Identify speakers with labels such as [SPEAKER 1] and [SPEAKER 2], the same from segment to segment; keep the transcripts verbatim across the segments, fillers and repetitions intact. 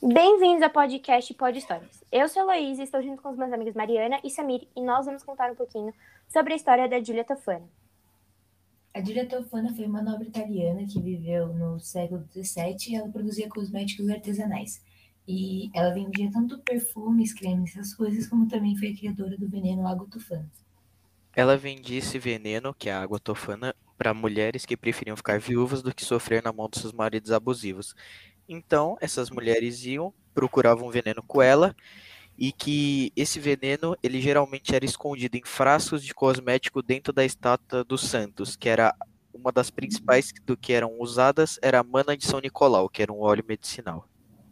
[SPEAKER 1] Bem-vindos ao podcast Pod Histórias. Eu sou a Heloísa e estou junto com os meus amigos Mariana e Samir e nós vamos contar um pouquinho sobre a história da Giulia Tofana.
[SPEAKER 2] A Giulia Tofana foi uma nobre italiana que viveu no século dezessete e ela produzia cosméticos artesanais. E ela vendia tanto perfumes, cremes, essas coisas, como também foi a criadora do veneno água tofana.
[SPEAKER 3] Ela vendia esse veneno, que é a água tofana, para mulheres que preferiam ficar viúvas do que sofrer na mão dos seus maridos abusivos. Então, essas mulheres iam, procuravam veneno com ela, e que esse veneno, ele geralmente era escondido em frascos de cosmético dentro da estátua dos santos, que era uma das principais do que eram usadas, era a mana de São Nicolau, que era um óleo medicinal.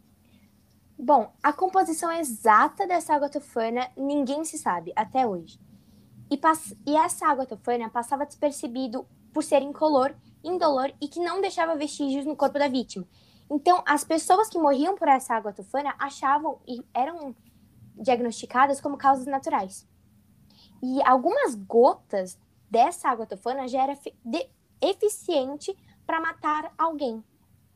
[SPEAKER 1] Bom, a composição exata dessa água tofana ninguém se sabe até hoje. E, pass- e essa água tofana passava despercebido por ser incolor, indolor e que não deixava vestígios no corpo da vítima. Então, as pessoas que morriam por essa água tofana achavam e eram diagnosticadas como causas naturais. E algumas gotas dessa água tofana já era de- eficiente para matar alguém.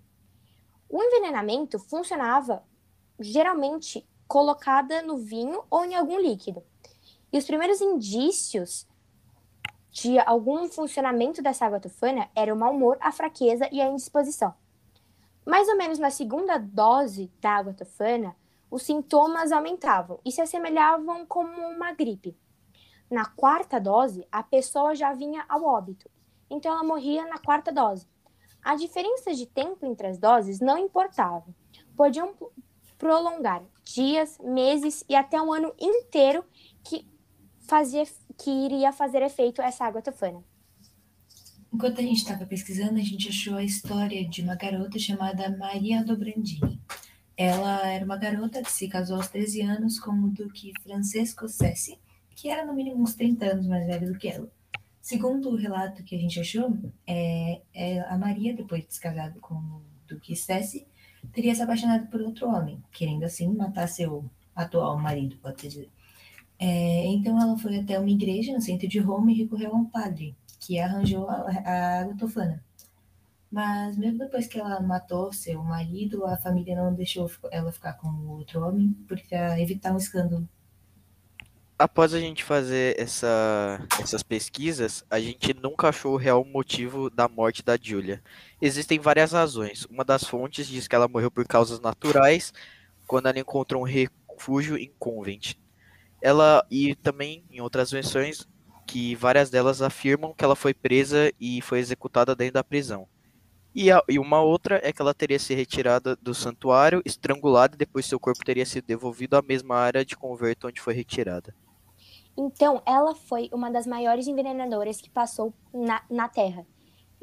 [SPEAKER 1] O envenenamento funcionava geralmente colocada no vinho ou em algum líquido. E os primeiros indícios de algum funcionamento dessa água tofana eram o mau humor, a fraqueza e a indisposição. Mais ou menos na segunda dose da água tofana, os sintomas aumentavam e se assemelhavam como uma gripe. Na quarta dose, a pessoa já vinha ao óbito, então ela morria na quarta dose. A diferença de tempo entre as doses não importava. Podiam prolongar dias, meses e até um ano inteiro que, fazia, que iria fazer efeito essa água tofana.
[SPEAKER 2] Enquanto a gente estava pesquisando, a gente achou a história de uma garota chamada Maria Dobrandini. Ela era uma garota que se casou aos treze anos com o duque Francesco Cesi, que era no mínimo uns trinta anos mais velho do que ela. Segundo o relato que a gente achou, é, é, a Maria, depois de se casado com o duque Cesi, teria se apaixonado por outro homem, querendo assim matar seu atual marido, pode dizer. É, então ela foi até uma igreja no centro de Roma e recorreu a um padre, que arranjou a, a água tofana. Mas mesmo depois que ela matou seu marido, a família não deixou ela ficar com o outro homem, para evitar um escândalo.
[SPEAKER 3] Após a gente fazer essa, essas pesquisas, a gente nunca achou o real motivo da morte da Giulia. Existem várias razões. Uma das fontes diz que ela morreu por causas naturais, quando ela encontrou um refúgio em Convent. Ela, e também em outras versões, que várias delas afirmam que ela foi presa e foi executada dentro da prisão. E, a, e uma outra é que ela teria se retirada do santuário, estrangulada, e depois seu corpo teria sido devolvido à mesma área de converto onde foi retirada.
[SPEAKER 1] Então, ela foi uma das maiores envenenadoras que passou na, na Terra. E,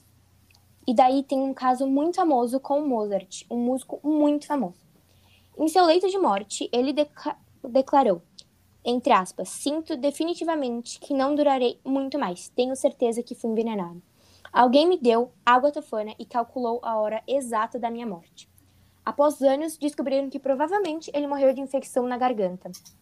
[SPEAKER 1] e daí tem um caso muito famoso com o Mozart, um músico muito famoso. Em seu leito de morte, ele deca- declarou, entre aspas, sinto definitivamente que não durarei muito mais. Tenho certeza que fui envenenado. Alguém me deu água tofana e calculou a hora exata da minha morte. Após anos, descobriram que provavelmente ele morreu de infecção na garganta.